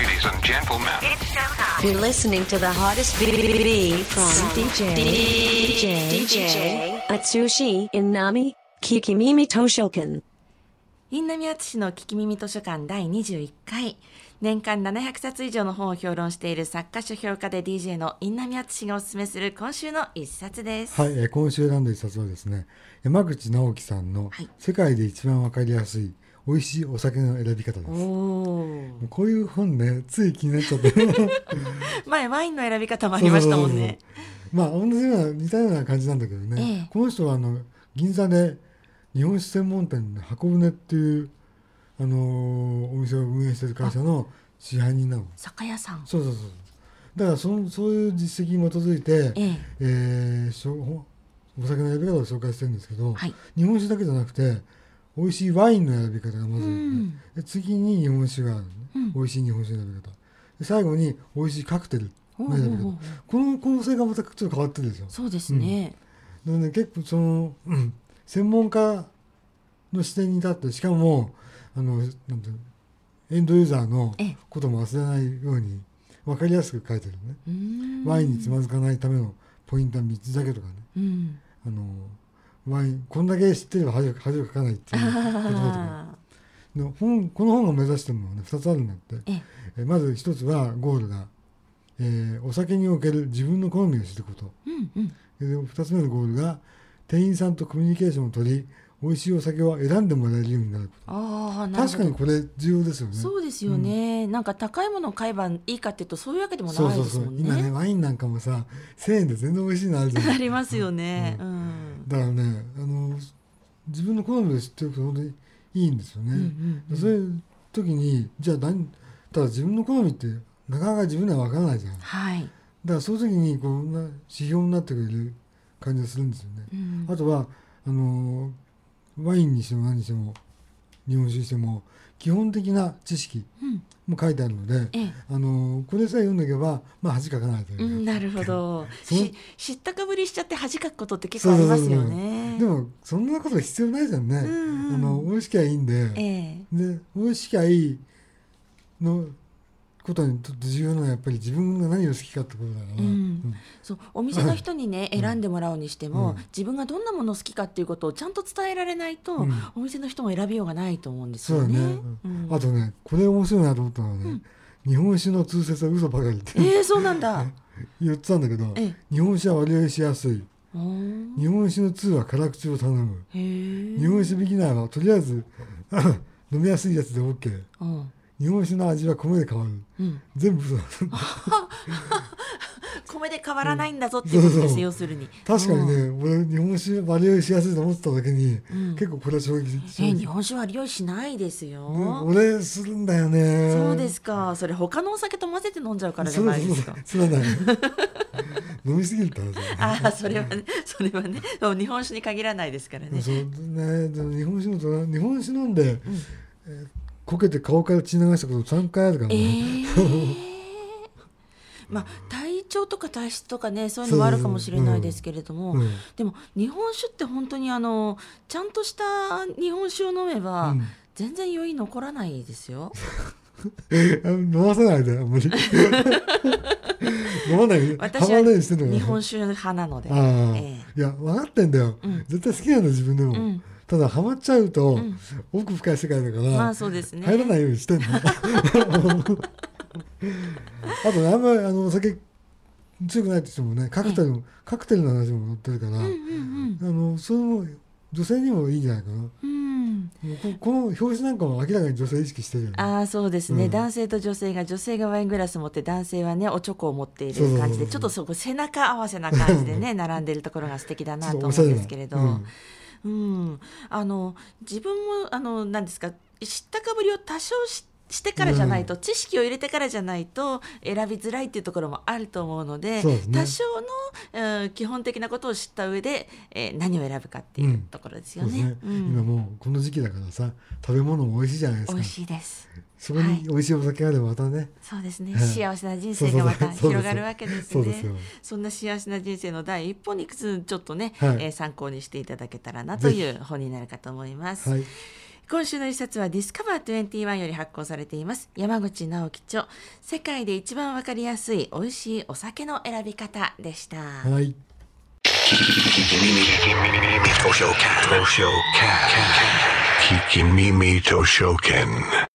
Ladies and gentlemen, It's showtime. You're listening to the hottest BBB from DJ Atsushi Inami Kikimimi Toshokan. 印南敦の聞き耳図書館第21回、年間700冊以上の本を評論している作家書評家で DJ の印南敦がおすすめする今週の一冊です。 はい、今週選んだ一冊はですね、山口直樹さんの世界で一番わかりやすい美味しいお酒の選び方です。こういう本ね、つい気になっちゃって前ワインの選び方もありましたもんね。 まあ同じような似たような感じなんだけどね、この人は銀座で日本酒専門店で箱舟っていうお店を運営している会社の支配人なの。 酒屋さん。 そうだからそういう実績に基づいて、お酒の選び方を紹介してるんですけど、日本酒だけじゃなくて美味しいワインの選び方がまず、で次に日本酒がある、美味しい日本酒の選び方で、最後に美味しいカクテルの選び方、この構成がまたちょっと変わってるでしょ。 そうですね、 でね、結構専門家の視点に立って、しかもなんていうの、エンドユーザーのことも忘れないように分かりやすく書いてるね。ワインにつまずかないためのポイントは3つだけとかね、ワインこんだけ知ってれば恥をかかないっていう言葉とかこの本が目指してるのはね、2つあるんだって。まず1つはゴールが、お酒における自分の好みを知ること、で2つ目のゴールが店員さんとコミュニケーションを取り、美味しいお酒を選んでもらえるようになること。 なるほど。 確かにこれ重要ですよね。 そうですよね、なんか高いものを買えばいいかっていうとそういうわけでもないですもんね。 今ね、ワインなんかもさ1000円で全然美味しいのあるじゃんありますよね、 だからね、自分の好みを知っておくと本当にいいんですよね、そういう時にじゃあただ自分の好みってなかなか自分には分からないじゃん、だからそういう時にこんな指標になってくれる感じがするんですよね、あとはワインにしても何にしても日本酒にしても基本的な知識も書いてあるので、これさえ読んでおけば、恥かかないという、 なるほど。知ったかぶりしちゃって恥かくことって結構ありますよね。 でもそんなこと必要ないじゃんね、美味しきゃいいんで、で美味しきゃいいのことにとって重要なのはやっぱり自分が何を好きかってことだから、 そう、お店の人にね、選んでもらうにしても、自分がどんなものを好きかっていうことをちゃんと伝えられないと、お店の人も選びようがないと思うんですよね。 あとね、これ面白いなと思ったのはね、日本酒の通説は嘘ばかりってそうなんだ言ってたんだけど、日本酒は割合しやすい、日本酒の2は辛口を頼む、日本酒ビギナーはとりあえず飲みやすいやつで OK、日本酒の味は米で変わる、全部そう米で変わらないんだぞっていうことですよ、要するに。 確かにね、俺日本酒割合しやすいと思ってただけに、結構これは衝撃。 日本酒割合しないですよ。 俺するんだよね。 そうですか。それ他のお酒と混ぜて飲んじゃうからじゃないですか。 そうだね飲みすぎるって話それはね日本酒に限らないですからね。 そうね、日本酒飲んで、こけて顔から血流したこと3回あるからね、 体調とか体質とかね、そういうのもあるかもしれないですけれども、でも日本酒って本当にちゃんとした日本酒を飲めば、全然酔い残らないですよ飲ませないであんまり飲まないで、 私は日本酒派なので、 いや分かってんだよ、絶対好きなんだ自分でも、ただハマっちゃうと、奥深い世界だから、 そうですね、 入らないようにしてんのあとね、あんまりお酒強くないって人もね、カクテルの話も載ってるから、それも女性にもいいんじゃないかな、この表紙なんかも明らかに女性意識してるよね。 そうですね、男性と女性がワイングラス持って、男性はねおちょこを持っている感じで、ちょっとそこ背中合わせな感じでね並んでいるところが素敵だなと思うんですけれど、自分も何ですか、知ったかぶりを多少してからじゃないと、知識を入れてからじゃないと選びづらいっていうところもあると思うので、多少の、基本的なことを知った上で、何を選ぶかっていうところですよね。 今もうこの時期だからさ、食べ物も美味しいじゃないですか。 美味しいです。 そこに美味しいお酒があればまたね、 そうですね、幸せな人生がまた広がるわけですね。そんな幸せな人生の第一歩にちょっとね、参考にしていただけたらなという本になるかと思います。 今週の一冊はディスカバー21より発行されています山口直樹著世界で一番わかりやすい美味しいお酒の選び方でした。 はい。 Kikimimi Toshoken.